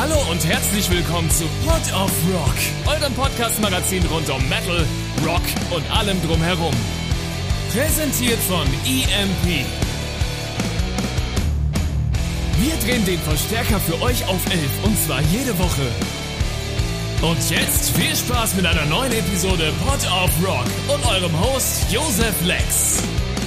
Hallo und herzlich willkommen zu Pod of Rock, eurem Podcast-Magazin rund um Metal, Rock und allem drumherum. Präsentiert von EMP. Wir drehen den Verstärker für euch auf 11 und zwar jede Woche. Und jetzt viel Spaß mit einer neuen Episode Pod of Rock und eurem Host Josef Lex.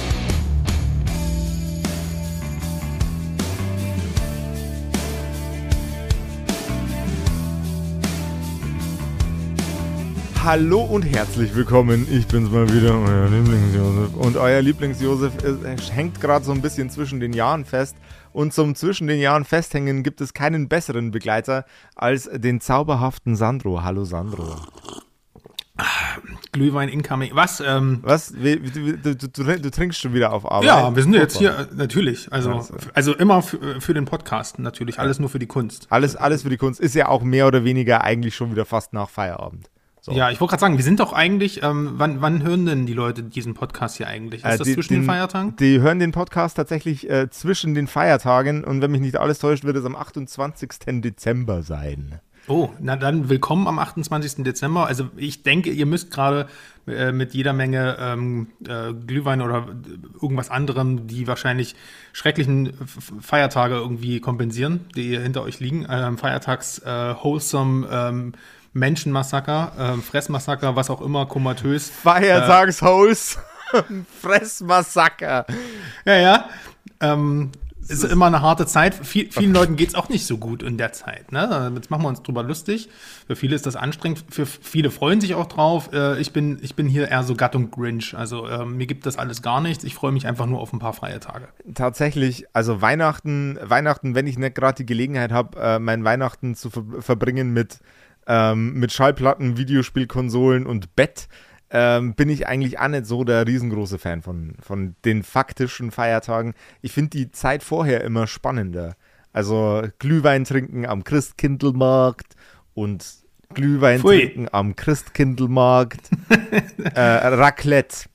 Hallo und herzlich willkommen, ich bin's mal wieder, euer Lieblings-Josef. Und euer Lieblings-Josef hängt gerade so ein bisschen zwischen den Jahren fest. Und zum zwischen den Jahren festhängen gibt es keinen besseren Begleiter als den zauberhaften Sandro. Hallo Sandro. Glühwein incoming. Was? Was? Du trinkst schon wieder auf Arbeit? Ja, wir sind jetzt hier, natürlich. Also immer für den Podcast, natürlich. Alles nur für die Kunst. Alles für die Kunst. Ist ja auch mehr oder weniger eigentlich schon wieder fast nach Feierabend. So. Ja, ich wollte gerade sagen, wir sind doch eigentlich, wann hören denn die Leute diesen Podcast hier eigentlich? Ist das zwischen den Feiertagen? Die hören den Podcast tatsächlich zwischen den Feiertagen und wenn mich nicht alles täuscht, wird es am 28. Dezember sein. Oh, na dann willkommen am 28. Dezember. Also ich denke, ihr müsst gerade mit jeder Menge Glühwein oder irgendwas anderem die wahrscheinlich schrecklichen Feiertage irgendwie kompensieren, die hinter euch liegen. Feiertags wholesome Menschenmassaker, Fressmassaker, was auch immer, komatös. Feiertagshost, Fressmassaker. Ja. Ist immer eine harte Zeit. Vielen Leuten geht's auch nicht so gut in der Zeit. Ne? Jetzt machen wir uns drüber lustig. Für viele ist das anstrengend. Für viele freuen sich auch drauf. Ich bin hier eher so Gattung Grinch. Also mir gibt das alles gar nichts. Ich freue mich einfach nur auf ein paar freie Tage. Tatsächlich, also Weihnachten, wenn ich nicht gerade die Gelegenheit habe, mein Weihnachten zu verbringen mit Schallplatten, Videospielkonsolen und Bett, bin ich eigentlich auch nicht so der riesengroße Fan von den faktischen Feiertagen. Ich finde die Zeit vorher immer spannender. Also Glühwein trinken am Christkindlmarkt und Glühwein trinken am Christkindlmarkt. Raclette,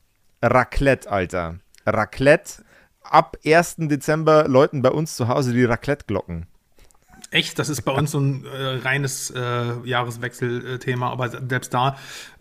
Alter. Raclette. Ab 1. Dezember läuten bei uns zu Hause die Raclette-Glocken. Echt? Das ist bei uns so ein reines Jahreswechselthema, aber selbst da,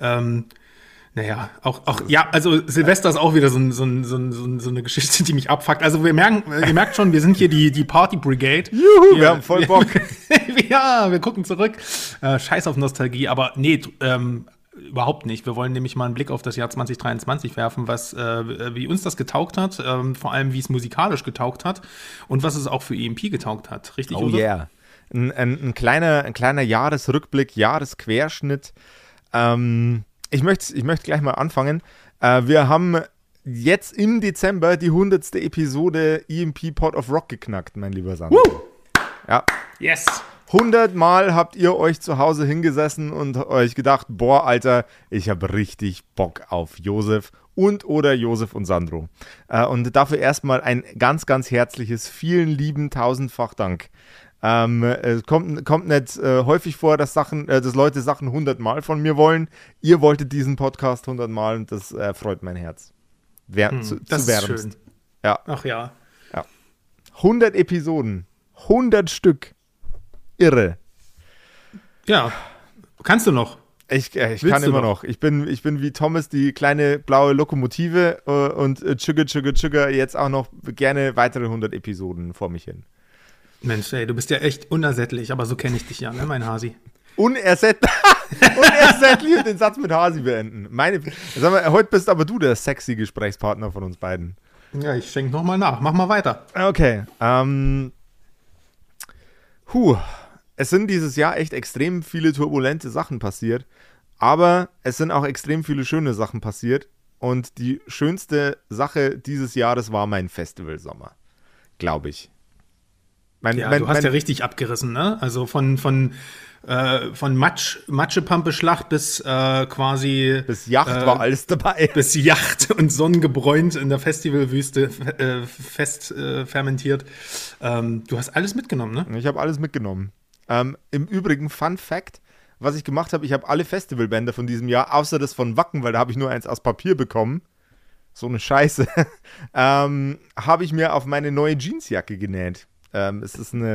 also Silvester ist auch wieder so eine Geschichte, die mich abfuckt. Also ihr merkt schon, wir sind hier die Party Brigade. Juhu, wir haben voll Bock. Ja, wir gucken zurück. Scheiß auf Nostalgie, aber nee, überhaupt nicht. Wir wollen nämlich mal einen Blick auf das Jahr 2023 werfen, wie uns das getaugt hat, vor allem wie es musikalisch getaugt hat und was es auch für EMP getaugt hat. Richtig, Oh Josef? Yeah. Ein kleiner Jahresrückblick, Jahresquerschnitt. Ich möchte gleich mal anfangen. Wir haben jetzt im Dezember die 100. Episode EMP Pod of Rock geknackt, mein lieber Sandro. Ja. Yes! 100 Mal habt ihr euch zu Hause hingesessen und euch gedacht, boah, Alter, ich habe richtig Bock auf Josef oder Josef und Sandro. Und dafür erstmal ein ganz, ganz herzliches, vielen lieben, tausendfach Dank. Es kommt nicht häufig vor, dass Leute Sachen 100 Mal von mir wollen. Ihr wolltet diesen Podcast 100 Mal und das freut mein Herz. Das ist schön. Ja. Ach ja. 100 Episoden, 100 Stück. Irre. Ja, kannst du noch? Ich kann immer noch. Ich bin wie Thomas, die kleine blaue Lokomotive und Chugga jetzt auch noch gerne weitere 100 Episoden vor mich hin. Mensch, ey, du bist ja echt unersättlich, aber so kenne ich dich ja, ne, mein Hasi. Unersättlich und den Satz mit Hasi beenden. Sag mal, heute bist aber du der sexy Gesprächspartner von uns beiden. Ja, ich schenke nochmal nach. Mach mal weiter. Okay. Es sind dieses Jahr echt extrem viele turbulente Sachen passiert, aber es sind auch extrem viele schöne Sachen passiert und die schönste Sache dieses Jahres war mein Festivalsommer, glaube ich. Du hast ja richtig abgerissen, ne? Also von Matschepampe-Schlacht bis quasi... Bis Yacht war alles dabei. Bis Yacht und sonnengebräunt in der Festivalwüste fest fermentiert. Du hast alles mitgenommen, ne? Ich habe alles mitgenommen. Im Übrigen, Fun Fact, was ich gemacht habe, ich habe alle Festivalbänder von diesem Jahr, außer das von Wacken, weil da habe ich nur eins aus Papier bekommen. So eine Scheiße. Habe ich mir auf meine neue Jeansjacke genäht. Es ist eine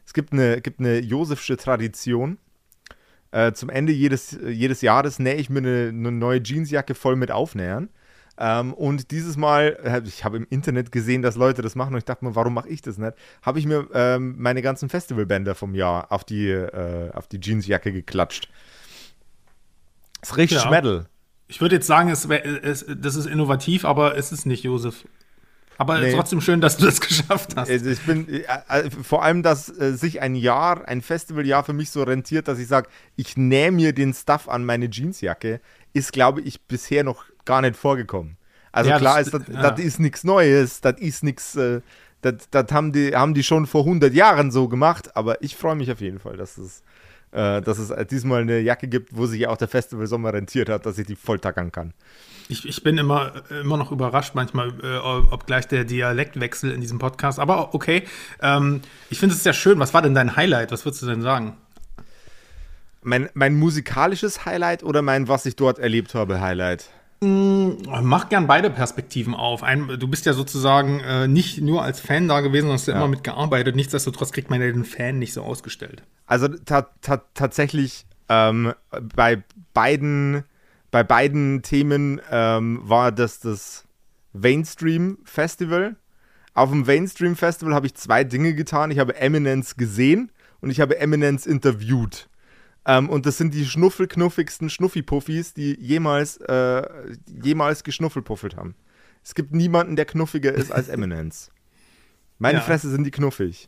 Es gibt eine Josefsche Tradition. Zum Ende jedes Jahres nähe ich mir eine neue Jeansjacke voll mit Aufnähern. Und dieses Mal, ich habe im Internet gesehen, dass Leute das machen und ich dachte mir, warum mache ich das nicht? Habe ich mir meine ganzen Festivalbänder vom Jahr auf die Jeansjacke geklatscht. Es riecht Schmeddel. Ich würde jetzt sagen, das ist innovativ, aber es ist nicht, Josef. Aber trotzdem schön, dass du das geschafft hast. Ich bin vor allem, dass sich ein Festivaljahr für mich so rentiert, dass ich sage, ich nähe mir den Stuff an meine Jeansjacke, ist, glaube ich, bisher noch gar nicht vorgekommen. Also ja, klar, das ist nichts Neues, das ist nichts, das haben die schon vor 100 Jahren so gemacht, aber ich freue mich auf jeden Fall, dass es diesmal eine Jacke gibt, wo sich ja auch der Festivalsommer rentiert hat, dass ich die voll tackern kann. Ich bin immer noch überrascht manchmal, ob gleich der Dialektwechsel in diesem Podcast, aber okay. Ich finde es sehr schön. Was war denn dein Highlight? Was würdest du denn sagen? Mein musikalisches Highlight oder was ich dort erlebt habe, Highlight? Mach gern beide Perspektiven auf. Du bist ja sozusagen nicht nur als Fan da gewesen, sondern hast ja immer mitgearbeitet. Nichtsdestotrotz kriegt man ja den Fan nicht so ausgestellt. Also tatsächlich bei beiden Themen war das Mainstream Festival. Auf dem Mainstream Festival habe ich 2 Dinge getan. Ich habe Eminence gesehen und ich habe Eminence interviewt. Und das sind die schnuffelknuffigsten Schnuffipuffis, die jemals geschnuffelpuffelt haben. Es gibt niemanden, der knuffiger ist als Eminence. Meine Fresse sind die knuffig.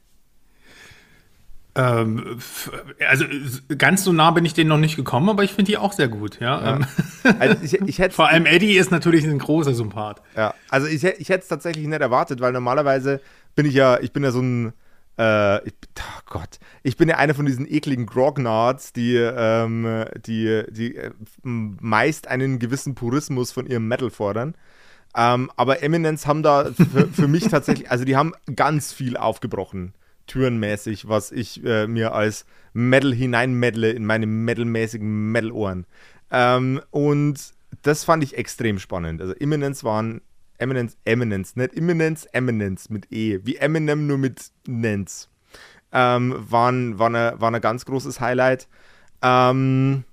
Also ganz so nah bin ich denen noch nicht gekommen, aber ich finde die auch sehr gut. Ja. Also ich hätte vor allem Eddie ist natürlich ein großer Sympath. Ja, also ich hätte es tatsächlich nicht erwartet, weil normalerweise bin ich ja so ein ich bin ja einer von diesen ekligen Grognards, die meist einen gewissen Purismus von ihrem Metal fordern. Aber Eminence haben da für mich tatsächlich, also die haben ganz viel aufgebrochen, türenmäßig, was ich mir als Metal hineinmeddle in meine metalmäßigen Metal-Ohren. Und das fand ich extrem spannend. Also Eminence, nicht Eminence mit E, wie Eminem nur mit Nens. War ein ganz großes Highlight. Und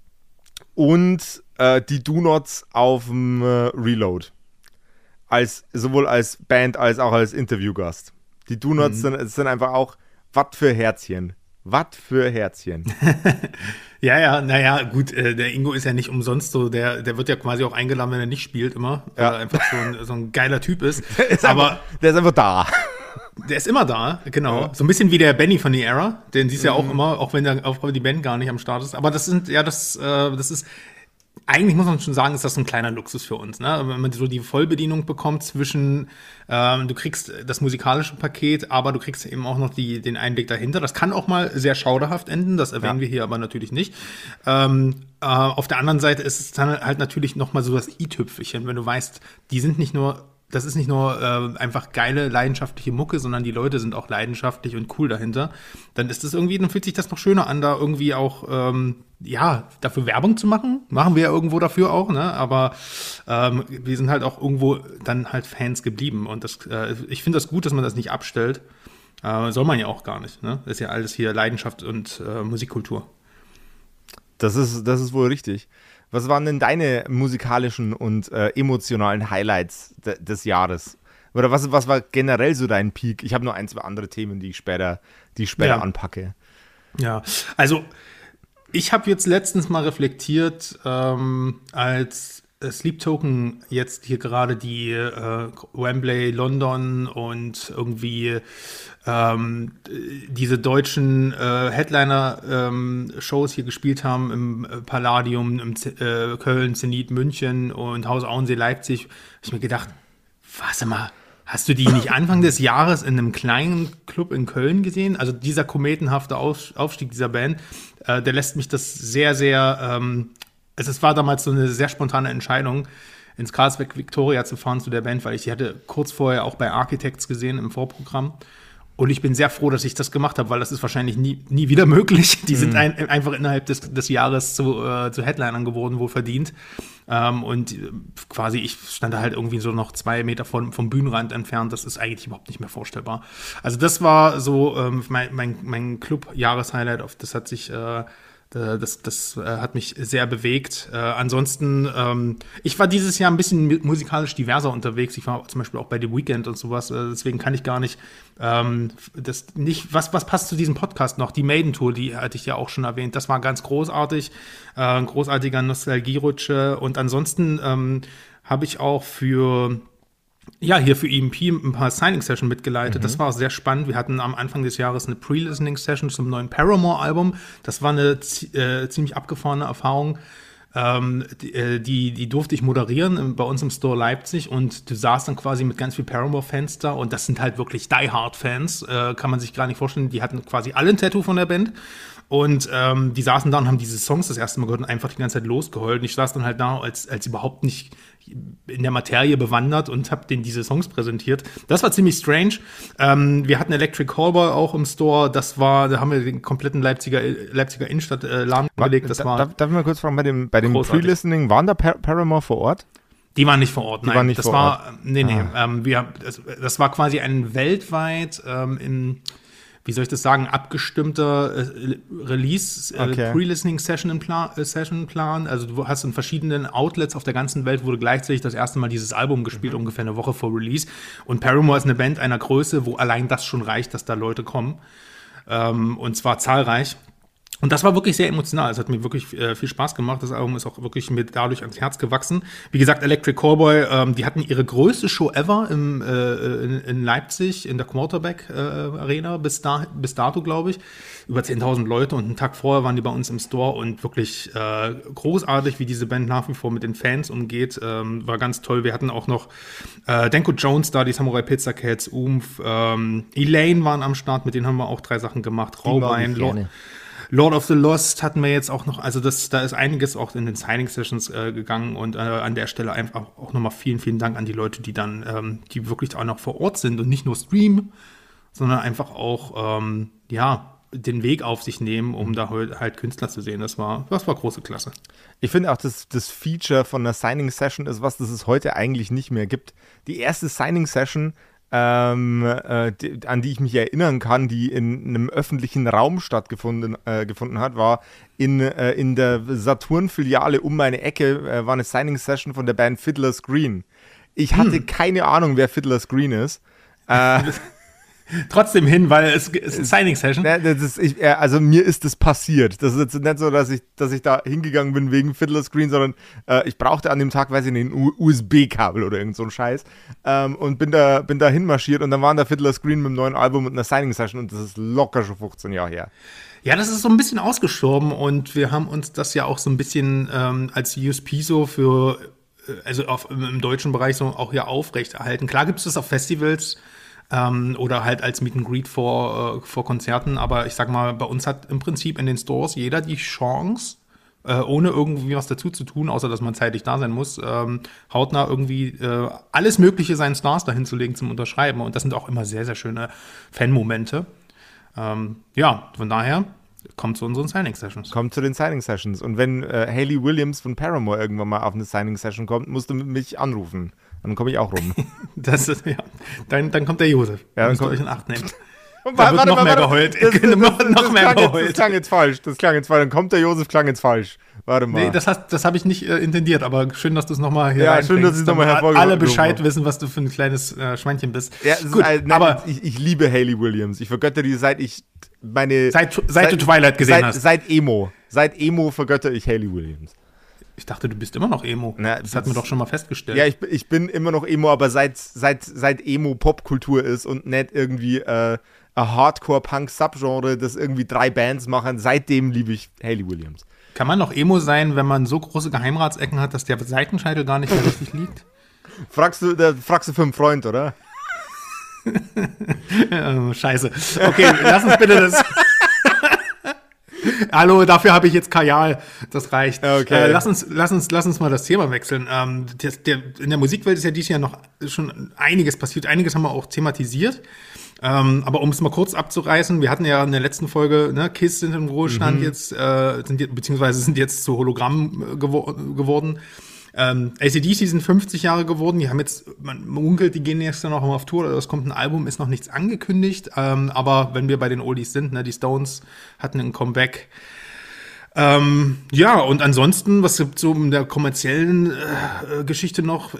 die Do-Nots auf dem Reload. Sowohl als Band als auch als Interviewgast. Die Do-Nots sind einfach auch, was für Herzchen. Was für Herzchen. Naja, gut, der Ingo ist ja nicht umsonst so, der wird ja quasi auch eingeladen, wenn er nicht spielt immer, weil er einfach so ein geiler Typ ist. Der ist einfach da. Der ist immer da, genau. Ja. So ein bisschen wie der Benny von The Era, den siehst du ja auch immer, auch wenn die Band gar nicht am Start ist. Aber das ist eigentlich muss man schon sagen, ist das ein kleiner Luxus für uns, ne? Wenn man so die Vollbedienung bekommt zwischen, du kriegst das musikalische Paket, aber du kriegst eben auch noch den Einblick dahinter. Das kann auch mal sehr schauderhaft enden, das erwähnen wir hier aber natürlich nicht. Auf der anderen Seite ist es dann halt natürlich noch mal so das i-Tüpfelchen, wenn du weißt, das ist nicht nur einfach geile, leidenschaftliche Mucke, sondern die Leute sind auch leidenschaftlich und cool dahinter. Dann fühlt sich das noch schöner an, da irgendwie auch, dafür Werbung zu machen. Machen wir ja irgendwo dafür auch, ne? Aber wir sind halt auch irgendwo dann halt Fans geblieben. Und ich finde das gut, dass man das nicht abstellt. Soll man ja auch gar nicht, ne? Das ist ja alles hier Leidenschaft und Musikkultur. Das ist wohl richtig. Was waren denn deine musikalischen und emotionalen Highlights des Jahres? Oder was war generell so dein Peak? Ich habe nur 1, 2 andere Themen, die ich später anpacke. Ja, also ich habe jetzt letztens mal reflektiert, als Sleep Token jetzt hier gerade die Wembley, London und irgendwie diese deutschen Headliner-Shows hier gespielt haben im Palladium, im Köln, Zenit, München und Haus Auensee, Leipzig, habe ich mir gedacht, warte mal, hast du die nicht Anfang des Jahres in einem kleinen Club in Köln gesehen? Also dieser kometenhafte Aufstieg dieser Band, der lässt mich das sehr, sehr es war damals so eine sehr spontane Entscheidung, ins Karlsberg Victoria zu fahren zu der Band, weil ich die hatte kurz vorher auch bei Architects gesehen im Vorprogramm. Und ich bin sehr froh, dass ich das gemacht habe, weil das ist wahrscheinlich nie wieder möglich. Die sind einfach innerhalb des Jahres zu Headlinern geworden, wohl verdient. Und quasi, ich stand da halt irgendwie so noch 2 Meter vom Bühnenrand entfernt. Das ist eigentlich überhaupt nicht mehr vorstellbar. Also das war so mein Club-Jahres-Highlight. Das hat sich Das hat mich sehr bewegt. Ansonsten, ich war dieses Jahr ein bisschen musikalisch diverser unterwegs. Ich war zum Beispiel auch bei The Weeknd und sowas. Deswegen kann ich gar nicht, was passt zu diesem Podcast noch? Die Maiden-Tour, die hatte ich ja auch schon erwähnt. Das war ganz großartig. Ein großartiger Nostalgierutsche. Und ansonsten habe ich auch hier für EMP ein paar Signing-Sessions mitgeleitet. Das war sehr spannend. Wir hatten am Anfang des Jahres eine Pre-Listening-Session zum neuen Paramore-Album. Das war eine ziemlich abgefahrene Erfahrung. Die durfte ich moderieren bei uns im Store Leipzig und du saßt dann quasi mit ganz viel Paramore-Fans da und das sind halt wirklich Die-Hard-Fans, kann man sich gar nicht vorstellen. Die hatten quasi alle ein Tattoo von der Band. Und die saßen da und haben diese Songs das erste Mal gehört und einfach die ganze Zeit losgeheult. Und ich saß dann halt da als überhaupt nicht in der Materie bewandert und habe denen diese Songs präsentiert. Das war ziemlich strange. Wir hatten Electric Callboy auch im Store. Da haben wir den kompletten Leipziger Innenstadt lahmgelegt. Darf ich mal kurz fragen, bei dem Pre-Listening, waren da Paramore vor Ort? Die waren nicht vor Ort, nein. Die waren nicht vor Ort. Das war quasi ein weltweit wie soll ich das sagen, abgestimmter Pre-Listening-Session-Plan. Also du hast in verschiedenen Outlets auf der ganzen Welt wurde gleichzeitig das erste Mal dieses Album gespielt, ungefähr eine Woche vor Release. Und Paramore ist eine Band einer Größe, wo allein das schon reicht, dass da Leute kommen. Und zwar zahlreich. Und das war wirklich sehr emotional. Es hat mir wirklich viel Spaß gemacht. Das Album ist auch wirklich mir dadurch ans Herz gewachsen. Wie gesagt, Electric Callboy, die hatten ihre größte Show ever in Leipzig, in der Quarterback Arena, bis dato, glaube ich. Über 10.000 Leute und einen Tag vorher waren die bei uns im Store und wirklich großartig, wie diese Band nach wie vor mit den Fans umgeht. War ganz toll. Wir hatten auch noch Danko Jones da, die Samurai Pizza Cats, Elaine waren am Start, mit denen haben wir auch 3 Sachen gemacht. Raubein, Lord of the Lost hatten wir jetzt auch noch, also da ist einiges auch in den Signing-Sessions gegangen und an der Stelle einfach auch nochmal vielen, vielen Dank an die Leute, die dann, die wirklich auch noch vor Ort sind und nicht nur streamen, sondern einfach auch, den Weg auf sich nehmen, um da halt Künstler zu sehen. Das war große Klasse. Ich finde auch, das Feature von einer Signing-Session ist was, das es heute eigentlich nicht mehr gibt. Die erste Signing-Session, an die ich mich erinnern kann, die in einem öffentlichen Raum stattgefunden hat, war in der Saturn-Filiale um meine Ecke, war eine Signing-Session von der Band Fiddler's Green. Ich hatte keine Ahnung, wer Fiddler's Green ist. Trotzdem hin, weil es ist eine Signing-Session. Also mir ist das passiert. Das ist jetzt nicht so, dass ich da hingegangen bin wegen Fiddler's Green, sondern ich brauchte an dem Tag, weiß ich nicht, ein USB-Kabel oder irgend so ein Scheiß und bin da hinmarschiert und dann waren da Fiddler's Green mit einem neuen Album und einer Signing-Session und das ist locker schon 15 Jahre her. Ja, das ist so ein bisschen ausgestorben und wir haben uns das ja auch so ein bisschen als USP so für, im deutschen Bereich so auch hier aufrechterhalten. Klar gibt es das auf Festivals, oder halt als Meet and Greet vor Konzerten. Aber ich sag mal, bei uns hat im Prinzip in den Stores jeder die Chance, ohne irgendwie was dazu zu tun, außer dass man zeitlich da sein muss, hautnah irgendwie alles Mögliche seinen Stars dahin zu legen zum Unterschreiben. Und das sind auch immer sehr, sehr schöne Fan-Momente. Von daher kommt zu unseren Signing-Sessions. Kommt zu den Signing-Sessions. Und wenn Hayley Williams von Paramore irgendwann mal auf eine Signing-Session kommt, musst du mich anrufen. Dann komme ich auch rum. Dann kommt der Josef. Ja, dann müsst ihr euch in Acht nehmen. Da wird noch mehr geheult. Das klang jetzt falsch. Dann kommt der Josef, klang jetzt falsch. Warte mal. Nee, das habe ich nicht intendiert, aber schön, dass du es nochmal hier reinbringst. Ja, schön, dass ich es nochmal hervorgehoben habe. Alle Bescheid wissen, was du für ein kleines Schweinchen bist. Ja, gut, aber ich liebe Hayley Williams. Ich vergötter die, seit du Twilight gesehen hast. Seit Emo. Seit Emo vergötter ich Hayley Williams. Ich dachte, du bist immer noch Emo. Das hatten wir doch schon mal festgestellt. Ja, ich bin immer noch Emo, aber seit Emo Popkultur ist und nicht irgendwie ein Hardcore-Punk-Subgenre, das irgendwie 3 Bands machen, seitdem liebe ich Hayley Williams. Kann man noch Emo sein, wenn man so große Geheimratsecken hat, dass der Seitenscheitel gar nicht mehr richtig liegt? Fragst du für einen Freund, oder? Scheiße. Okay, lass uns bitte das... Hallo, dafür habe ich jetzt Kajal. Das reicht. Okay. Lass uns mal das Thema wechseln. In der Musikwelt ist ja dieses Jahr noch schon einiges passiert. Einiges haben wir auch thematisiert. Aber um es mal kurz abzureißen, wir hatten ja in der letzten Folge, ne, Kiss sind im Ruhestand beziehungsweise sind jetzt zu Hologramm geworden. AC/DC sind 50 Jahre geworden, die haben jetzt, man munkelt, die gehen jetzt noch mal auf Tour, oder es kommt ein Album, ist noch nichts angekündigt, aber wenn wir bei den Oldies sind, ne, die Stones hatten ein Comeback. Ja, und ansonsten, was gibt so in der kommerziellen Geschichte noch?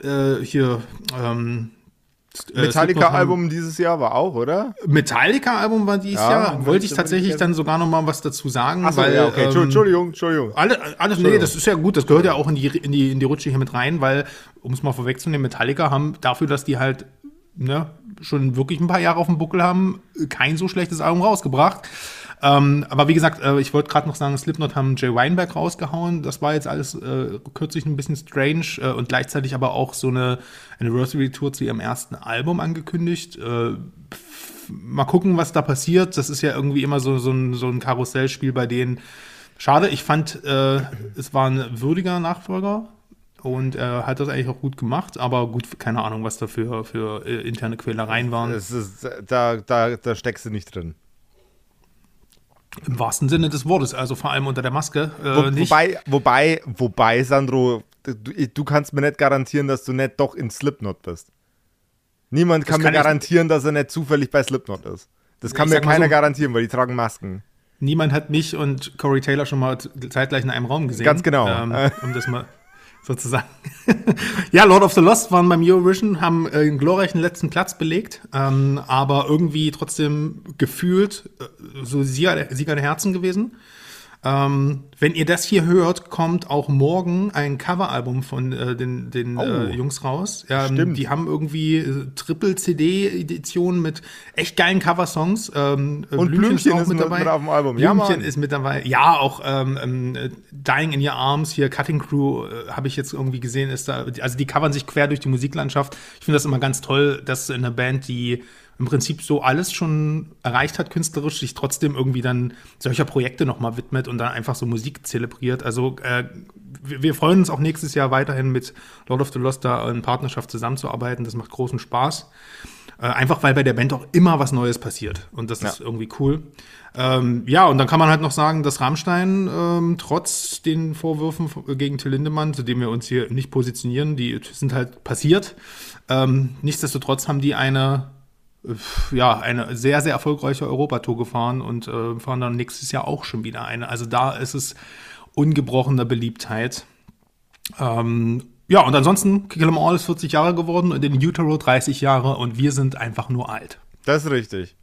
Metallica-Album dieses Jahr war auch, oder? Metallica-Album war dieses Jahr. Wollte ich tatsächlich dann sogar noch mal was dazu sagen. Achso, ja, okay. Entschuldigung. Alles, nee, das ist ja gut. Das gehört ja auch in die Rutsche hier mit rein, weil, um es mal vorwegzunehmen, Metallica haben dafür, dass die halt schon wirklich ein paar Jahre auf dem Buckel haben, kein so schlechtes Album rausgebracht. Aber wie gesagt, ich wollte gerade noch sagen, Slipknot haben Jay Weinberg rausgehauen. Das war jetzt alles kürzlich ein bisschen strange und gleichzeitig aber auch so eine Anniversary-Tour zu ihrem ersten Album angekündigt. Mal gucken, was da passiert. Das ist ja irgendwie immer so ein Karussellspiel bei denen. Schade, ich fand, es war ein würdiger Nachfolger. Und er hat das eigentlich auch gut gemacht, aber gut, keine Ahnung, was da für interne Quälereien waren. Da steckst du nicht drin. Im wahrsten Sinne des Wortes, also vor allem unter der Maske. Wobei, Sandro, du kannst mir nicht garantieren, dass du nicht doch in Slipknot bist. Niemand kann mir garantieren, dass er nicht zufällig bei Slipknot ist. Das kann mir keiner garantieren, weil die tragen Masken. Niemand hat mich und Corey Taylor schon mal zeitgleich in einem Raum gesehen. Ganz genau. Um das mal sozusagen. Ja, Lord of the Lost waren beim Eurovision, haben einen glorreichen letzten Platz belegt, aber irgendwie trotzdem gefühlt so Sieger der Herzen gewesen. Wenn ihr das hier hört, kommt auch morgen ein Coveralbum von den Jungs raus. Stimmt. Die haben irgendwie Triple-CD-Editionen mit echt geilen Coversongs. Und Blümchen ist mit dabei. Auf dem Album. Blümchen ist mit dabei. Ja, auch Dying in Your Arms, hier Cutting Crew, habe ich jetzt irgendwie gesehen, ist da. Also die covern sich quer durch die Musiklandschaft. Ich finde das immer ganz toll, dass in einer Band, die im Prinzip so alles schon erreicht hat künstlerisch, sich trotzdem irgendwie dann solcher Projekte nochmal widmet und dann einfach so Musik zelebriert. Also wir freuen uns auch nächstes Jahr weiterhin mit Lord of the Lost da in Partnerschaft zusammenzuarbeiten. Das macht großen Spaß. Einfach weil bei der Band auch immer was Neues passiert. Und das ist irgendwie cool. Ja, und dann kann man halt noch sagen, dass Rammstein trotz den Vorwürfen gegen Till Lindemann, zu denen wir uns hier nicht positionieren, die sind halt passiert. Nichtsdestotrotz haben die eine sehr, sehr erfolgreiche Europatour gefahren und fahren dann nächstes Jahr auch schon wieder eine. Also da ist es ungebrochene Beliebtheit. Ja, und ansonsten, Kill 'Em All ist 40 Jahre geworden und in Utero 30 Jahre und wir sind einfach nur alt. Das ist richtig.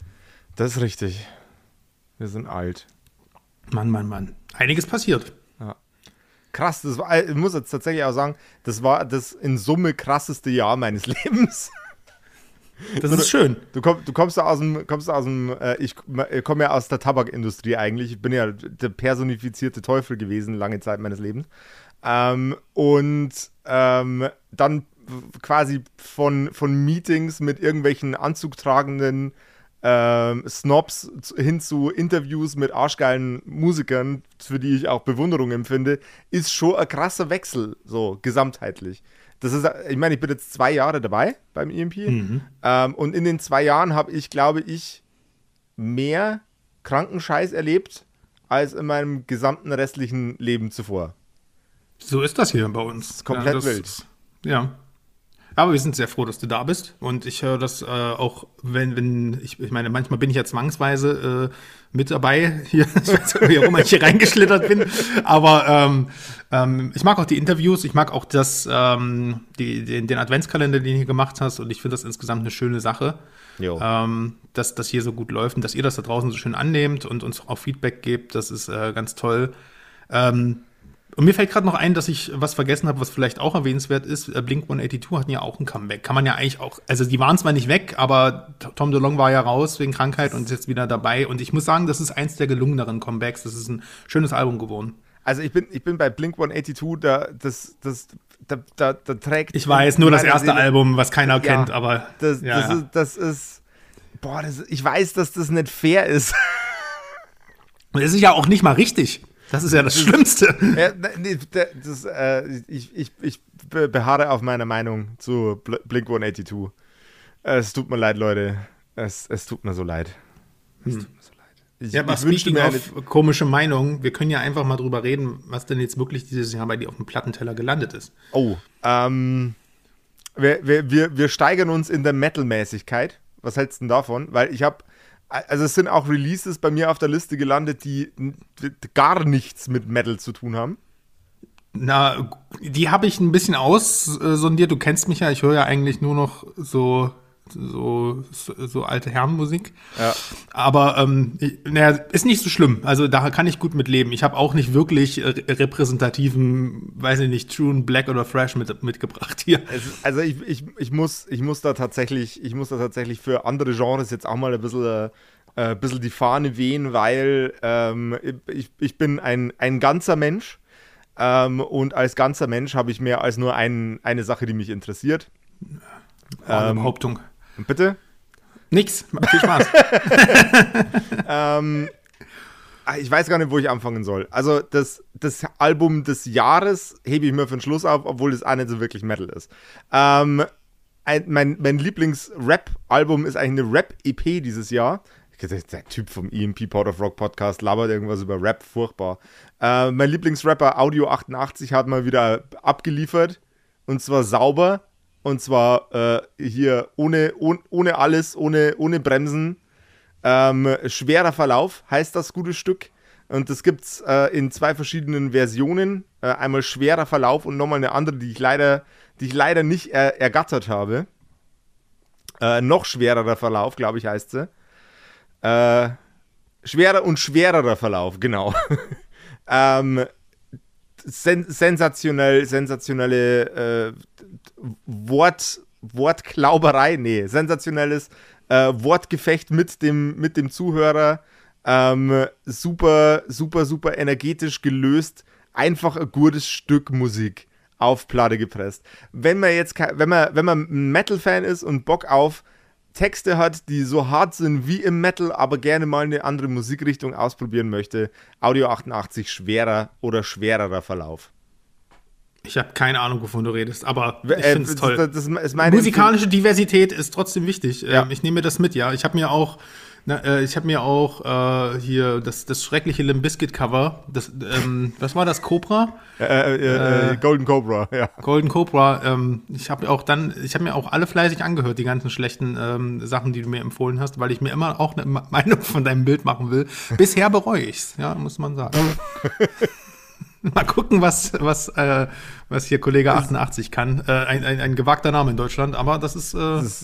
Wir sind alt. Mann. Einiges passiert. Ja. Krass, ich muss jetzt tatsächlich auch sagen, das war das in Summe krasseste Jahr meines Lebens. Das ist schön. Du kommst aus dem, ich komme ja aus der Tabakindustrie eigentlich. Ich bin ja der personifizierte Teufel gewesen, lange Zeit meines Lebens. Und dann quasi von Meetings mit irgendwelchen anzugtragenden Snobs hin zu Interviews mit arschgeilen Musikern, für die ich auch Bewunderung empfinde, ist schon ein krasser Wechsel, so gesamtheitlich. Das ist, ich meine, ich bin jetzt 2 Jahre dabei beim EMP und in den 2 Jahren habe ich, glaube ich, mehr Krankenscheiß erlebt als in meinem gesamten restlichen Leben zuvor. So ist das hier bei uns. Das ist komplett wild. Ja. Aber wir sind sehr froh, dass du da bist. Und ich höre das auch, wenn ich meine, manchmal bin ich ja zwangsweise mit dabei hier. Ich weiß nicht, warum ich hier reingeschlittert bin. Aber ich mag auch die Interviews. Ich mag auch den Adventskalender, den du hier gemacht hast. Und ich finde das insgesamt eine schöne Sache, dass das hier so gut läuft und dass ihr das da draußen so schön annehmt und uns auch Feedback gebt. Das ist ganz toll. Und mir fällt gerade noch ein, dass ich was vergessen habe, was vielleicht auch erwähnenswert ist. Blink-182 hatten ja auch ein Comeback. Kann man ja eigentlich auch, also die waren zwar nicht weg, aber Tom DeLonge war ja raus wegen Krankheit und ist jetzt wieder dabei. Und ich muss sagen, das ist eins der gelungeneren Comebacks. Das ist ein schönes Album geworden. Also ich bin bei Blink-182, da trägt... Ich weiß, nur das erste Album, was keiner kennt, aber... Das ist ich weiß, dass das nicht fair ist. Und es ist ja auch nicht mal richtig. Das ist ja das Schlimmste. Ich beharre auf meiner Meinung zu Blink-182. Es tut mir leid, Leute. Es tut mir so leid. Es tut mir so leid. Ja, aber speaking of komische Meinungen, wir können ja einfach mal drüber reden, was denn jetzt wirklich dieses Jahr bei dir auf dem Plattenteller gelandet ist. Oh, wir steigern uns in der Metal-Mäßigkeit. Was hältst du denn davon? Weil also es sind auch Releases bei mir auf der Liste gelandet, die gar nichts mit Metal zu tun haben. Na, die habe ich ein bisschen aussondiert. Du kennst mich ja, ich höre ja eigentlich nur noch so alte Herrenmusik. Ja. Aber ist nicht so schlimm. Also da kann ich gut mit leben. Ich habe auch nicht wirklich repräsentativen, weiß ich nicht, True, Black oder Thrash mitgebracht hier. Also ich muss da tatsächlich für andere Genres jetzt auch mal ein bisschen die Fahne wehen, weil ich bin ein ganzer Mensch. Und als ganzer Mensch habe ich mehr als nur eine Sache, die mich interessiert. Eine Behauptung. Bitte? Nix. Viel Spaß. Ich weiß gar nicht, wo ich anfangen soll. Also das Album des Jahres hebe ich mir für den Schluss auf, obwohl das auch nicht so wirklich Metal ist. Mein Lieblings-Rap-Album ist eigentlich eine Rap-EP dieses Jahr. Der Typ vom EMP Pod of Rock Podcast labert irgendwas über Rap, furchtbar. Mein Lieblingsrapper Audio 88 hat mal wieder abgeliefert. Und zwar sauber. Und zwar hier ohne alles, ohne Bremsen. Schwerer Verlauf heißt das gute Stück. Und das gibt's in 2 verschiedenen Versionen. Einmal schwerer Verlauf und nochmal eine andere, die ich leider nicht ergattert habe. Noch schwererer Verlauf, glaube ich, heißt sie. Schwerer und schwererer Verlauf, genau. Sensationelle Wortklauberei, sensationelles Wortgefecht mit dem Zuhörer, super energetisch gelöst, einfach ein gutes Stück Musik auf Platte gepresst. Wenn man ein Metal-Fan ist und Bock auf Texte hat, die so hart sind wie im Metal, aber gerne mal eine andere Musikrichtung ausprobieren möchte, Audio 88, schwerer oder schwererer Verlauf. Ich habe keine Ahnung, wovon du redest, aber ich finde es toll. Das ist meine musikalische Diversität ist trotzdem wichtig. Ja. Ich nehme mir das mit, ja. Ich habe mir auch hier das schreckliche Limp Bizkit Cover, was war das, Cobra? Golden Cobra, ja. Golden Cobra, ich habe mir auch alle fleißig angehört, die ganzen schlechten Sachen, die du mir empfohlen hast, weil ich mir immer auch eine Meinung von deinem Bild machen will. Bisher bereue ich's, ja, muss man sagen. Mal gucken, was hier Kollege 88 kann. Ein gewagter Name in Deutschland, aber das ist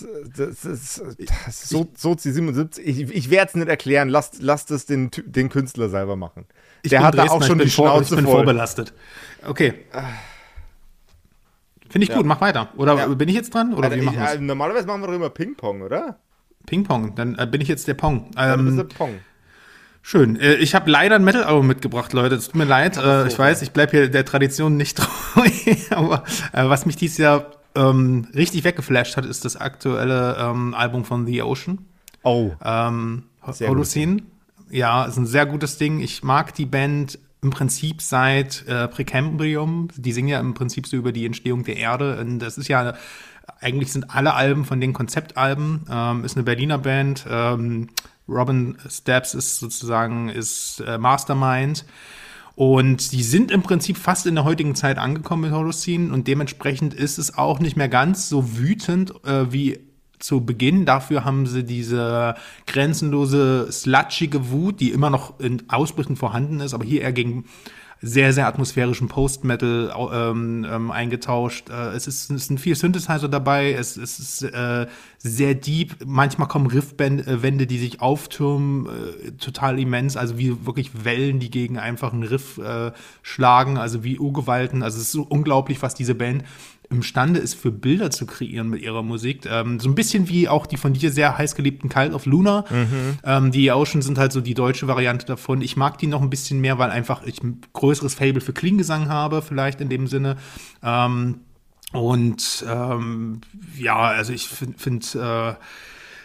Sozi 77. Ich werde es nicht erklären. Lasst das den Künstler selber machen. Der hat da auch schon die Schnauze voll. Ich bin vorbelastet. Okay. Finde ich gut, mach weiter. Oder bin ich jetzt dran? Oder wie machen wir's? Normalerweise machen wir doch immer Ping-Pong, oder? Ping-Pong, dann bin ich jetzt der Pong. Dann bist du Pong. Schön. Ich habe leider ein Metal-Album mitgebracht, Leute. Es tut mir leid. Ich weiß, ich bleibe hier der Tradition nicht treu. Aber was mich dieses Jahr richtig weggeflasht hat, ist das aktuelle Album von The Ocean. Oh. Holocene. Ja, ist ein sehr gutes Ding. Ich mag die Band im Prinzip seit Präkambrium. Die singen ja im Prinzip so über die Entstehung der Erde. Und das ist ja, eigentlich sind alle Alben von den Konzeptalben. Ist eine Berliner Band. Robin Steps ist Mastermind. Und die sind im Prinzip fast in der heutigen Zeit angekommen mit Holocene. Und dementsprechend ist es auch nicht mehr ganz so wütend wie zu Beginn. Dafür haben sie diese grenzenlose, slutschige Wut, die immer noch in Ausbrüchen vorhanden ist, aber hier eher gegen sehr, sehr atmosphärischen Post-Metal eingetauscht. Es sind viel Synthesizer dabei, es ist sehr deep. Manchmal kommen Riffwände, die sich auftürmen, total immens, also wie wirklich Wellen, die gegen einfach einen Riff schlagen, also wie Urgewalten. Also es ist so unglaublich, was diese Band imstande ist, für Bilder zu kreieren mit ihrer Musik. So ein bisschen wie auch die von dir sehr heiß geliebten Cult of Luna. Die Ocean sind halt so die deutsche Variante davon. Ich mag die noch ein bisschen mehr, weil einfach ich ein größeres Faible für Klingesang habe, vielleicht in dem Sinne. Also ich finde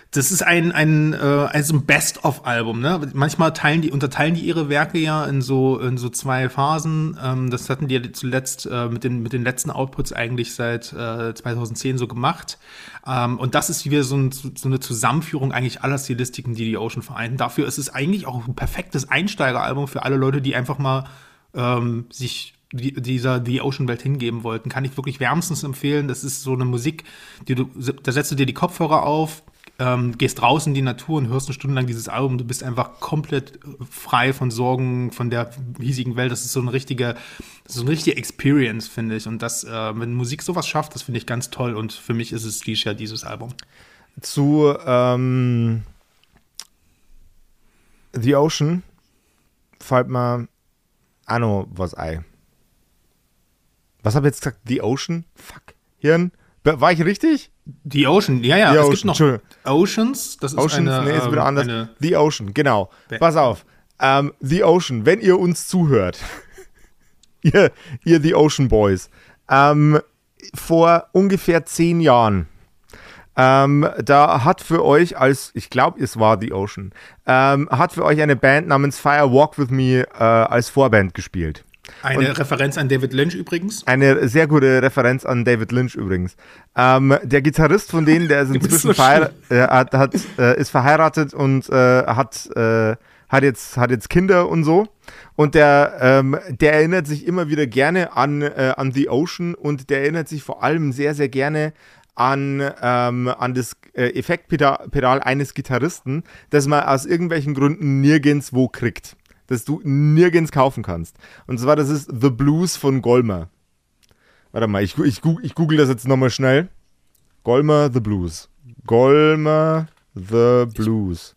Das ist also ein Best-of-Album, ne? Manchmal unterteilen die ihre Werke ja in so 2 Phasen. Das hatten die zuletzt mit den letzten Outputs eigentlich seit 2010 so gemacht. Und das ist wieder so eine Zusammenführung eigentlich aller Stilistiken, die Ocean vereinten. Dafür ist es eigentlich auch ein perfektes Einsteigeralbum für alle Leute, die einfach mal sich dieser The Ocean-Welt hingeben wollten. Kann ich wirklich wärmstens empfehlen. Das ist so eine Musik, da setzt du dir die Kopfhörer auf, gehst raus in die Natur und hörst eine Stunde lang dieses Album. Du bist einfach komplett frei von Sorgen von der hiesigen Welt. Das ist so eine richtige Experience, finde ich. Und das, wenn Musik sowas schafft, das finde ich ganz toll. Und für mich ist es dieses Jahr dieses Album. Zu The Ocean fällt mir Anno was ein. Was habe ich jetzt gesagt? The Ocean? Fuck. Hirn? War ich richtig? The Ocean, ja. The es Ocean, gibt noch Oceans. Das ist Oceans, eine, ist wieder anders. The Ocean, genau. Pass auf. The Ocean, wenn ihr uns zuhört, ihr The Ocean Boys, vor ungefähr 10 Jahren, da hat für euch ich glaube, es war The Ocean, hat für euch eine Band namens Fire Walk With Me als Vorband gespielt. Eine Referenz an David Lynch übrigens. Eine sehr gute Referenz an David Lynch übrigens. Der Gitarrist von denen, der ist inzwischen ist verheiratet und hat jetzt Kinder und so. Und der erinnert sich immer wieder gerne an The Ocean und der erinnert sich vor allem sehr, sehr gerne an das Effektpedal eines Gitarristen, das man aus irgendwelchen Gründen nirgendwo kriegt. Das du nirgends kaufen kannst. Und zwar, das ist The Blues von Golmer. Warte mal, ich google das jetzt nochmal schnell. Golmer The Blues. Golmer The Blues.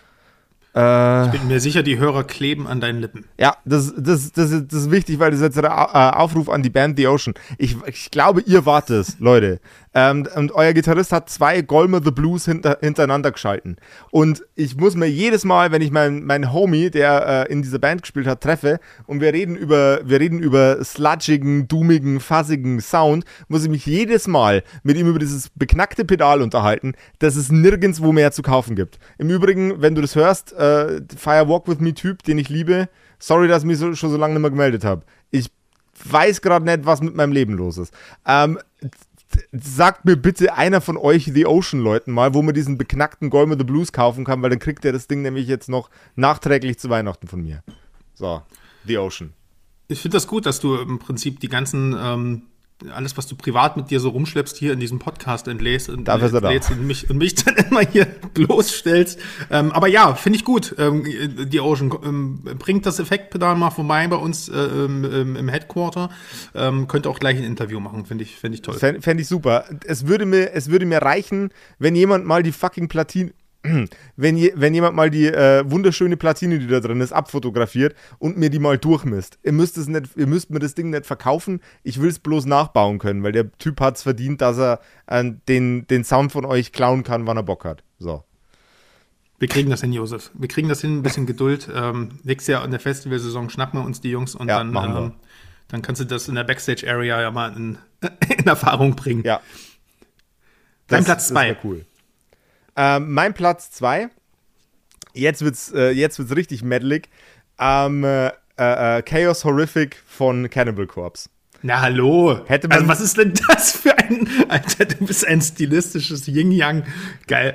Ich bin mir sicher, die Hörer kleben an deinen Lippen. Ja, das ist wichtig, weil das ist jetzt ein Aufruf an die Band The Ocean. Ich glaube, ihr wart es, Leute. Und euer Gitarrist hat 2 Golmer The Blues hintereinander geschalten. Und ich muss mir jedes Mal, wenn ich meinen Homie, der in dieser Band gespielt hat, treffe und wir reden über sludgigen, doomigen, fassigen Sound, muss ich mich jedes Mal mit ihm über dieses beknackte Pedal unterhalten, das es nirgendwo mehr zu kaufen gibt. Im Übrigen, wenn du das hörst, Fire Walk With Me Typ, den ich liebe, sorry, dass ich mich schon so lange nicht mehr gemeldet habe. Ich weiß gerade nicht, was mit meinem Leben los ist. Sagt mir bitte einer von euch The Ocean-Leuten mal, wo man diesen beknackten Golmer The Blues kaufen kann, weil dann kriegt der das Ding nämlich jetzt noch nachträglich zu Weihnachten von mir. So, The Ocean. Ich finde das gut, dass du im Prinzip die ganzen alles, was du privat mit dir so rumschleppst, hier in diesem Podcast entlädst und mich dann immer hier bloßstellst. Aber ja, finde ich gut. Die Ocean bringt das Effektpedal mal vorbei bei uns im Headquarter. Könnte auch gleich ein Interview machen, finde ich toll. Fände ich super. Es würde mir reichen, wenn jemand mal die fucking Platine wenn jemand mal die wunderschöne Platine, die da drin ist, abfotografiert und mir die mal durchmisst. Ihr müsst mir das Ding nicht verkaufen, ich will es bloß nachbauen können, weil der Typ hat es verdient, dass er den Sound von euch klauen kann, wann er Bock hat. So. Wir kriegen das hin, Josef. Wir kriegen das hin, ein bisschen Geduld. Nächstes Jahr in der Festivalsaison schnappen wir uns die Jungs und dann kannst du das in der Backstage-Area ja mal in Erfahrung bringen. Ja. Dein Platz 2. Das wäre cool. Mein Platz 2, jetzt wird's richtig medley, Chaos Horrific von Cannibal Corpse. Na hallo, also was ist denn das für ein, Alter, du bist ein stilistisches Yin-Yang, geil.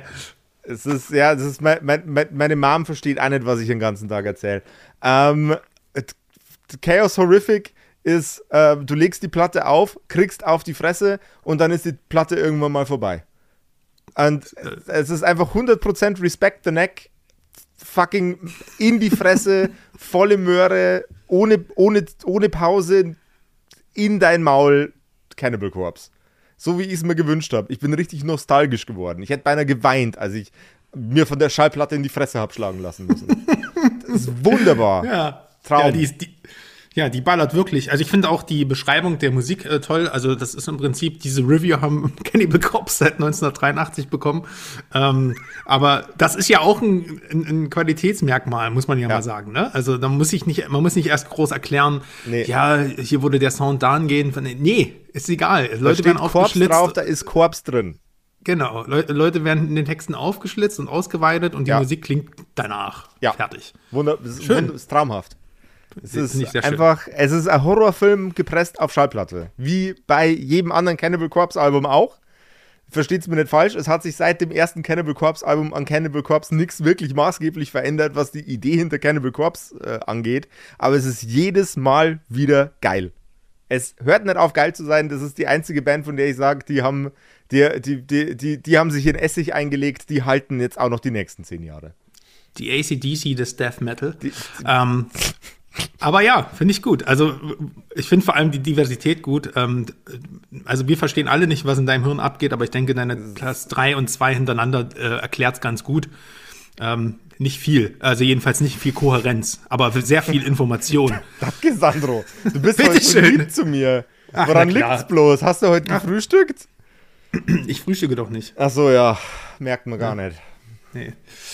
Meine Mom versteht auch nicht, was ich den ganzen Tag erzähle. Chaos Horrific ist, du legst die Platte auf, kriegst auf die Fresse und dann ist die Platte irgendwann mal vorbei. Und es ist einfach 100% Respect the Neck, fucking in die Fresse, volle Möhre, ohne Pause, in dein Maul, Cannibal Corpse. So wie ich es mir gewünscht habe. Ich bin richtig nostalgisch geworden. Ich hätte beinahe geweint, als ich mir von der Schallplatte in die Fresse habe schlagen lassen müssen. Das ist wunderbar. Ja. Traum. Ja, die ballert wirklich. Also ich finde auch die Beschreibung der Musik toll. Also das ist im Prinzip, diese Review haben Cannibal Corpse seit 1983 bekommen. Aber das ist ja auch ein Qualitätsmerkmal, muss man ja mal sagen. Ne? Also man muss nicht erst groß erklären, ja, hier wurde der Sound dahingehend. Nee, ist egal. Leute werden aufgeschlitzt. Corpse drauf, da ist Corpse drin. Genau, Leute werden in den Texten aufgeschlitzt und ausgeweitet und die Musik klingt danach. Ja. Fertig. Schön. Ist traumhaft. Es ist nicht sehr einfach, schön. Es ist ein Horrorfilm gepresst auf Schallplatte. Wie bei jedem anderen Cannibal Corpse Album auch. Versteht's mir nicht falsch, es hat sich seit dem ersten Cannibal Corpse Album an Cannibal Corpse nichts wirklich maßgeblich verändert, was die Idee hinter Cannibal Corpse angeht. Aber es ist jedes Mal wieder geil. Es hört nicht auf, geil zu sein. Das ist die einzige Band, von der ich sage, die haben sich in Essig eingelegt, die halten jetzt auch noch die nächsten 10 Jahre. Die AC/DC des Death Metal. Aber ja, finde ich gut. Also ich finde vor allem die Diversität gut. Also wir verstehen alle nicht, was in deinem Hirn abgeht, aber ich denke, deine Platz 3 und 2 hintereinander erklärt es ganz gut. Nicht viel, also jedenfalls nicht viel Kohärenz, aber sehr viel Information. Danke, Sandro. Du bist heute so lieb zu mir. Woran liegt's bloß? Hast du heute gefrühstückt? Ich frühstücke doch nicht. Ach so, ja. Merkt man gar nicht. Nee.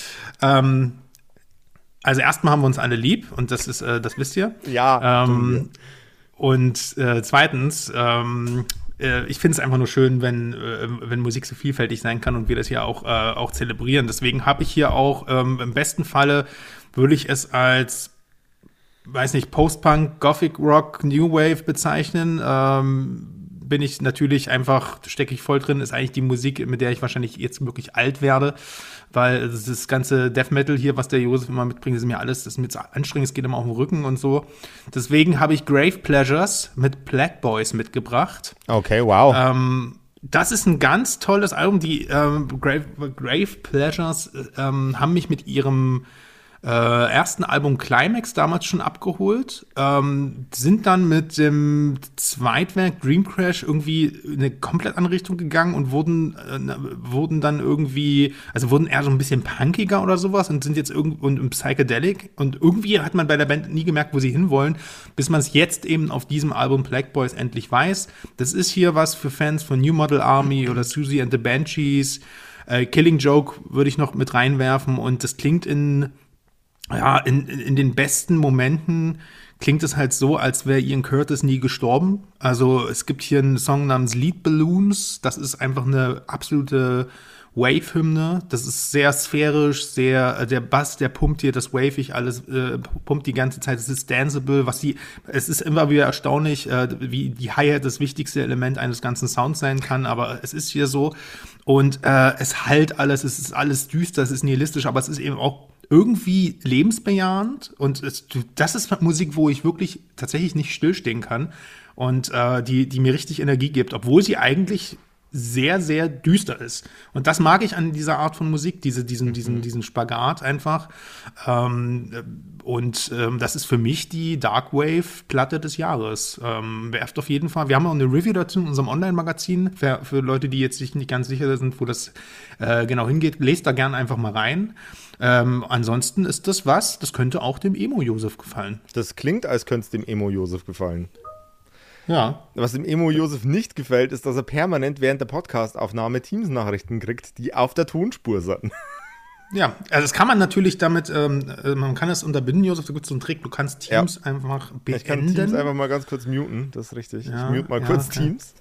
Also erstmal haben wir uns alle lieb und das wisst ihr. Ja. Und zweitens, ich finde es einfach nur schön, wenn Musik so vielfältig sein kann und wir das hier auch zelebrieren. Deswegen habe ich hier auch im besten Falle würde ich es als, weiß nicht, Post-Punk, Gothic Rock, New Wave bezeichnen. Bin ich natürlich einfach, stecke ich voll drin, ist eigentlich die Musik, mit der ich wahrscheinlich jetzt wirklich alt werde, weil das ganze Death Metal hier, was der Josef immer mitbringt, ist mir alles, das ist mir zu anstrengend, es geht immer auf den Rücken und so. Deswegen habe ich Grave Pleasures mit Black Boys mitgebracht. Okay, wow. Das ist ein ganz tolles Album. Die Grave Pleasures haben mich mit ihrem ersten Album Climax damals schon abgeholt, sind dann mit dem Zweitwerk Dream Crash irgendwie in eine komplett andere Richtung gegangen und wurden dann irgendwie, also wurden eher so ein bisschen punkiger oder sowas und sind jetzt irgendwie psychedelic und irgendwie hat man bei der Band nie gemerkt, wo sie hinwollen, bis man es jetzt eben auf diesem Album Black Boys endlich weiß. Das ist hier was für Fans von New Model Army oder Susie and the Banshees. Killing Joke würde ich noch mit reinwerfen und das klingt in den besten Momenten klingt es halt so, als wäre Ian Curtis nie gestorben. Also es gibt hier einen Song namens Lead Balloons. Das ist einfach eine absolute Wave-Hymne. Das ist sehr sphärisch, der Bass, der pumpt hier das Wavig alles, pumpt die ganze Zeit. Es ist danceable, es ist immer wieder erstaunlich, wie die Hi-Hat das wichtigste Element eines ganzen Sounds sein kann, aber es ist hier so. Und es halt alles, es ist alles düster, es ist nihilistisch, aber es ist eben auch irgendwie lebensbejahend und das ist Musik, wo ich wirklich tatsächlich nicht stillstehen kann und die mir richtig Energie gibt, obwohl sie eigentlich sehr, sehr düster ist. Und das mag ich an dieser Art von Musik, diesen Spagat einfach. Das ist für mich die Darkwave-Platte des Jahres. Werft auf jeden Fall. Wir haben auch eine Review dazu in unserem Online-Magazin. Für Leute, die jetzt sich nicht ganz sicher sind, wo das genau hingeht, lest da gerne einfach mal rein. Ansonsten ist das könnte auch dem Emo-Josef gefallen. Das klingt, als könnte es dem Emo-Josef gefallen. Ja. Was dem Emo-Josef nicht gefällt, ist, dass er permanent während der Podcast-Aufnahme Teams-Nachrichten kriegt, die auf der Tonspur sind. Ja, also das kann man natürlich damit, man kann es unterbinden, Josef, da gibt es so einen Trick, du kannst Teams einfach beenden. Ich kann Teams einfach mal ganz kurz muten, das ist richtig. Ja, ich mute mal kurz okay. Teams.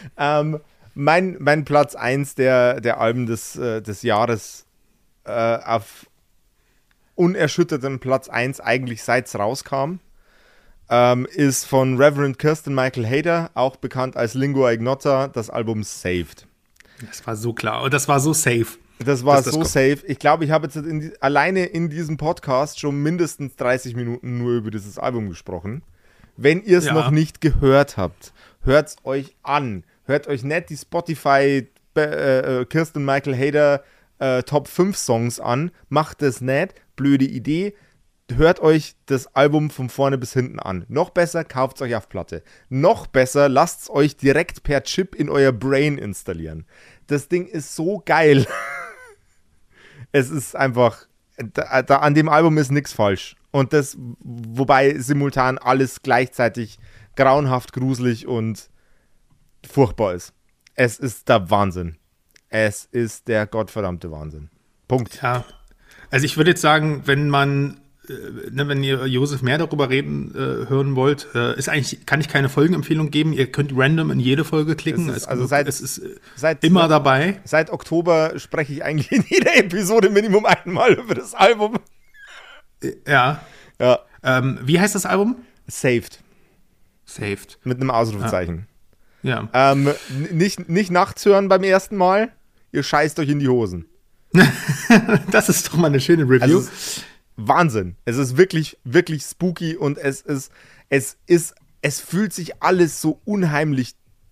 Mein Platz 1 der Alben des Jahres auf unerschütterten Platz 1 eigentlich seit es rauskam, ist von Reverend Kirsten Michael Hader, auch bekannt als Lingua Ignota, das Album Saved. Das war so klar und das war so safe. Das war so safe. Ich glaube, ich habe jetzt alleine in diesem Podcast schon mindestens 30 Minuten nur über dieses Album gesprochen. Wenn ihr es noch nicht gehört habt, hört es euch an. Hört euch nicht die Spotify Kirsten Michael Hader Top 5 Songs an. Macht das nicht. Blöde Idee. Hört euch das Album von vorne bis hinten an. Noch besser, kauft es euch auf Platte. Noch besser, lasst es euch direkt per Chip in euer Brain installieren. Das Ding ist so geil. Es ist einfach, an dem Album ist nichts falsch. Und das, wobei simultan alles gleichzeitig grauenhaft, gruselig und furchtbar ist. Es ist der Wahnsinn. Es ist der gottverdammte Wahnsinn. Punkt. Ja, also ich würde jetzt sagen, wenn man wenn ihr Josef mehr darüber reden hören wollt, kann ich keine Folgenempfehlung geben. Ihr könnt random in jede Folge klicken. Es ist seit immer dabei. Seit Oktober spreche ich eigentlich in jeder Episode Minimum einmal über das Album. Ja. Wie heißt das Album? Saved. Mit einem Ausrufezeichen. Ja. Nicht nachts hören beim ersten Mal. Ihr scheißt euch in die Hosen. Das ist doch mal eine schöne Review. Also Wahnsinn. Es ist wirklich, wirklich spooky und es fühlt sich alles so unheimlich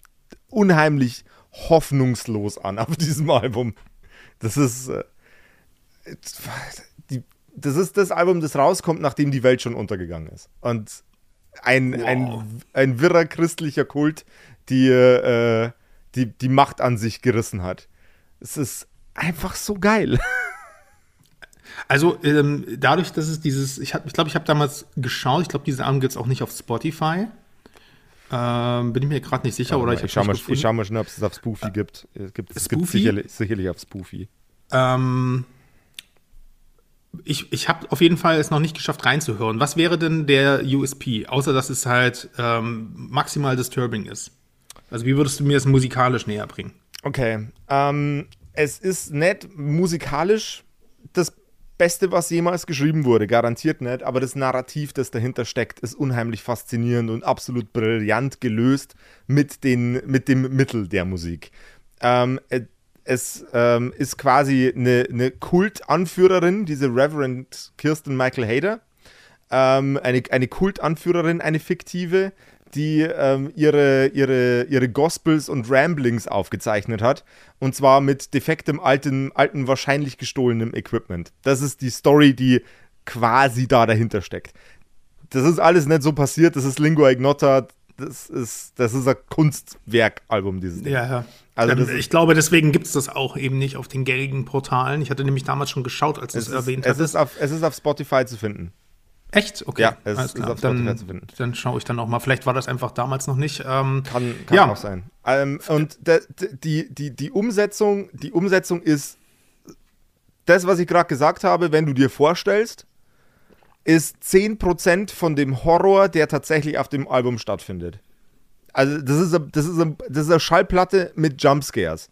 hoffnungslos an auf diesem Album. Das ist das Album, das rauskommt, nachdem die Welt schon untergegangen ist. Und ein wirrer christlicher Kult, die Macht an sich gerissen hat. Es ist einfach so geil. Also dadurch, dass es ich glaube, ich habe damals geschaut, ich glaube, dieses Album gibt es auch nicht auf Spotify. Bin ich mir gerade nicht sicher. Ich schau mal schnell, ob es auf Spoofy gibt. Es gibt sicherlich auf Spoofy. Ich habe auf jeden Fall es noch nicht geschafft reinzuhören. Was wäre denn der USP, außer dass es halt maximal disturbing ist? Also wie würdest du mir das musikalisch näher bringen? Okay, es ist nicht musikalisch das Beste, was jemals geschrieben wurde, garantiert nicht, aber das Narrativ, das dahinter steckt, ist unheimlich faszinierend und absolut brillant gelöst mit dem Mittel der Musik. Es ist quasi eine Kultanführerin, diese Reverend Kirsten Michael Hader, eine Kultanführerin, eine fiktive, die ihre Gospels und Ramblings aufgezeichnet hat. Und zwar mit defektem, alten, wahrscheinlich gestohlenem Equipment. Das ist die Story, die quasi da dahinter steckt. Das ist alles nicht so passiert, das ist Lingua Ignota, das ist ein Kunstwerkalbum, dieses Ding. Ja. Also ich glaube, deswegen gibt es das auch eben nicht auf den gängigen Portalen. Ich hatte nämlich damals schon geschaut, als du es erwähnt hattest. Es ist auf Spotify zu finden. Echt? Okay. Ja, es ist auf Spotify zu finden. Dann schaue ich dann auch mal. Vielleicht war das einfach damals noch nicht. Kann auch sein. Und die Umsetzung ist das, was ich gerade gesagt habe, wenn du dir vorstellst, ist 10% von dem Horror, der tatsächlich auf dem Album stattfindet. Also das ist eine Schallplatte mit Jumpscares.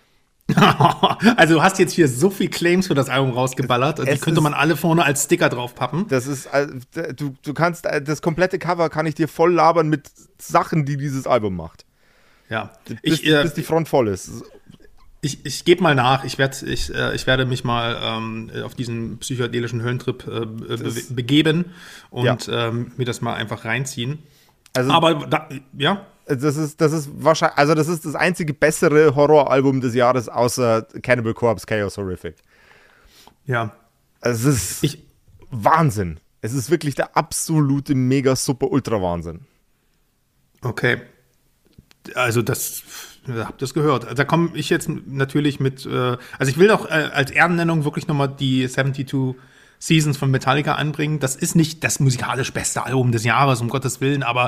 Also du hast jetzt hier so viel Claims für das Album rausgeballert, die könnte man alle vorne als Sticker draufpappen. Das ist, du kannst, das komplette Cover kann ich dir voll labern mit Sachen, die dieses Album macht. Ja. Bis die Front voll ist. Ich gebe mal nach, ich werde mich mal auf diesen psychedelischen Höllentrip begeben und mir das mal einfach reinziehen. Also, aber ja. Das ist wahrscheinlich, also das ist das einzige bessere Horroralbum des Jahres außer Cannibal Corpse Chaos Horrific. Ja. Also es ist Wahnsinn. Es ist wirklich der absolute mega super ultra Wahnsinn. Okay. Also habt ihr es gehört. Da komme ich jetzt natürlich mit, also ich will doch als Ehrennennung wirklich nochmal die 72 Seasons von Metallica anbringen. Das ist nicht das musikalisch beste Album des Jahres, um Gottes Willen, aber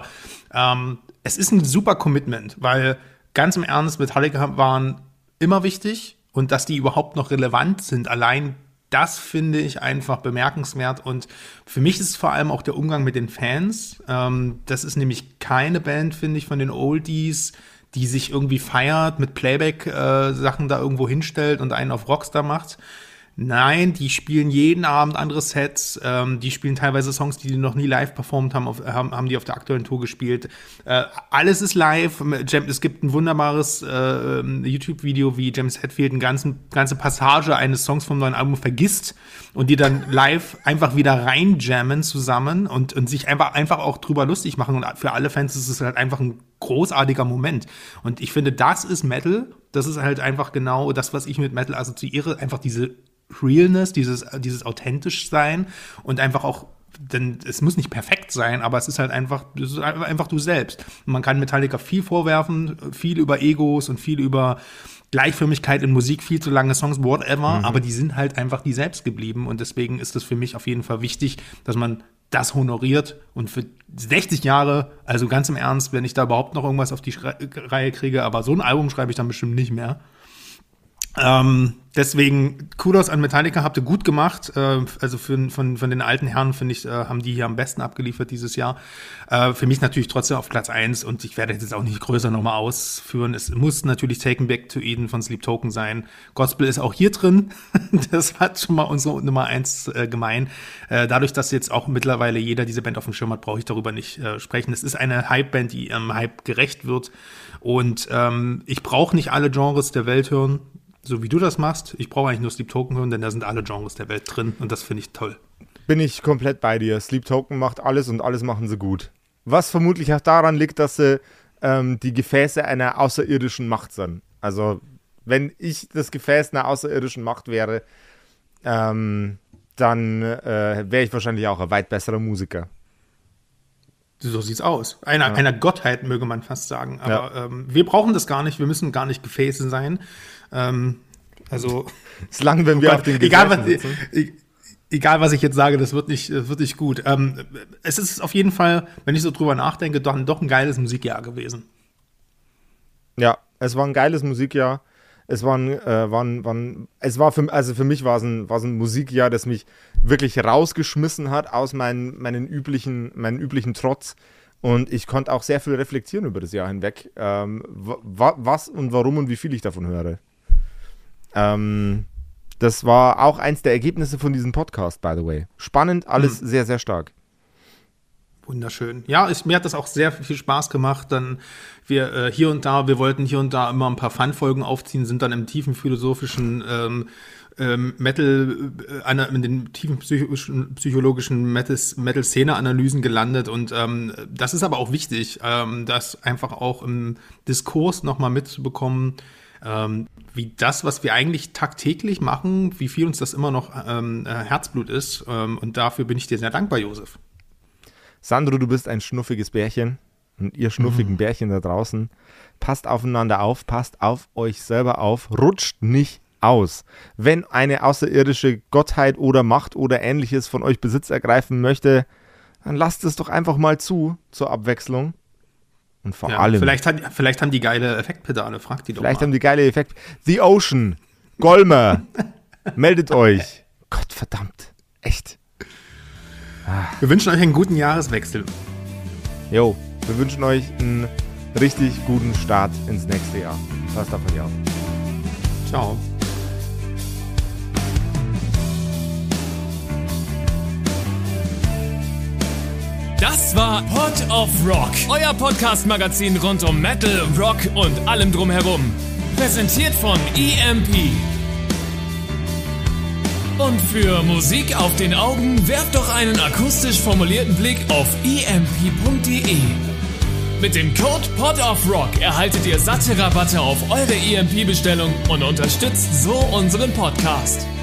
es ist ein super Commitment, weil ganz im Ernst, Metallica waren immer wichtig und dass die überhaupt noch relevant sind, allein das finde ich einfach bemerkenswert und für mich ist es vor allem auch der Umgang mit den Fans. Das ist nämlich keine Band, finde ich, von den Oldies, die sich irgendwie feiert, mit Playback-Sachen da irgendwo hinstellt und einen auf Rockstar macht. Nein, die spielen jeden Abend andere Sets, die spielen teilweise Songs, die noch nie live performt haben, haben die auf der aktuellen Tour gespielt. Alles ist live. Es gibt ein wunderbares YouTube-Video, wie James Hetfield eine ganze Passage eines Songs vom neuen Album vergisst und die dann live einfach wieder reinjammen zusammen und sich einfach auch drüber lustig machen. Und für alle Fans ist es halt einfach ein großartiger Moment. Und ich finde, das ist Metal. Das ist halt einfach genau das, was ich mit Metal assoziiere. Einfach diese Realness, dieses authentisch sein und einfach auch, denn es muss nicht perfekt sein, aber es ist halt einfach du selbst. Und man kann Metallica viel vorwerfen, viel über Egos und viel über Gleichförmigkeit in Musik, viel zu lange Songs, whatever, aber die sind halt einfach die selbst geblieben und deswegen ist es für mich auf jeden Fall wichtig, dass man das honoriert und für 60 Jahre, also ganz im Ernst, wenn ich da überhaupt noch irgendwas auf die Reihe kriege, aber so ein Album schreibe ich dann bestimmt nicht mehr. Deswegen Kudos an Metallica, habt ihr gut gemacht. Also von den alten Herren, finde ich, haben die hier am besten abgeliefert dieses Jahr. Für mich natürlich trotzdem auf Platz 1 und ich werde jetzt auch nicht größer nochmal ausführen. Es muss natürlich Taken Back to Eden von Sleep Token sein. Gospel ist auch hier drin. Das hat schon mal unsere Nummer 1 gemein. Dadurch, dass jetzt auch mittlerweile jeder diese Band auf dem Schirm hat, brauche ich darüber nicht sprechen. Es ist eine Hype-Band, die ihrem Hype gerecht wird. Und ich brauche nicht alle Genres der Welt hören, so wie du das machst. Ich brauche eigentlich nur Sleep Token hören, denn da sind alle Genres der Welt drin und das finde ich toll. Bin ich komplett bei dir. Sleep Token macht alles und alles machen sie gut. Was vermutlich auch daran liegt, dass sie die Gefäße einer außerirdischen Macht sind. Also wenn ich das Gefäß einer außerirdischen Macht wäre, dann wäre ich wahrscheinlich auch ein weit besserer Musiker. So sieht's aus. Einer Gottheit, möge man fast sagen. Aber wir brauchen das gar nicht. Wir müssen gar nicht Gefäße sein. Also es lang, wenn wir auf den Gefäßen sitzen. Egal, was ich jetzt sage, das wird nicht gut. Es ist auf jeden Fall, wenn ich so drüber nachdenke, doch ein geiles Musikjahr gewesen. Ja, es war ein geiles Musikjahr. Für mich war es ein Musikjahr, das mich wirklich rausgeschmissen hat aus meinen üblichen Trotz. Und ich konnte auch sehr viel reflektieren über das Jahr hinweg, was und warum und wie viel ich davon höre. Das war auch eins der Ergebnisse von diesem Podcast, by the way. Spannend, alles sehr, sehr stark. Wunderschön. Ja, mir hat das auch sehr viel Spaß gemacht. Dann wir wollten hier und da immer ein paar Fun-Folgen aufziehen, sind dann im tiefen philosophischen Metal, in den tiefen psychologischen Metal-Szene-Analysen gelandet und das ist aber auch wichtig, das einfach auch im Diskurs nochmal mitzubekommen, wie das, was wir eigentlich tagtäglich machen, wie viel uns das immer noch Herzblut ist und dafür bin ich dir sehr dankbar, Josef. Sandro, du bist ein schnuffiges Bärchen und ihr schnuffigen Bärchen da draußen, passt aufeinander auf, passt auf euch selber auf, rutscht nicht aus. Wenn eine außerirdische Gottheit oder Macht oder Ähnliches von euch Besitz ergreifen möchte, dann lasst es doch einfach mal zur Abwechslung. Und vor allem... Vielleicht haben die geile Effektpedale, fragt die doch vielleicht mal. Haben die geile Effekt... The Ocean, Golmer, meldet euch. Gott verdammt, echt. Wir wünschen euch einen guten Jahreswechsel. Jo, wir wünschen euch einen richtig guten Start ins nächste Jahr. Passt auf euch auf. Ciao. Das war Pod of Rock, euer Podcast-Magazin rund um Metal, Rock und allem drumherum. Präsentiert von EMP. Und für Musik auf den Augen werft doch einen akustisch formulierten Blick auf emp.de. Mit dem Code PODOFROCK erhaltet ihr satte Rabatte auf eure EMP-Bestellung und unterstützt so unseren Podcast.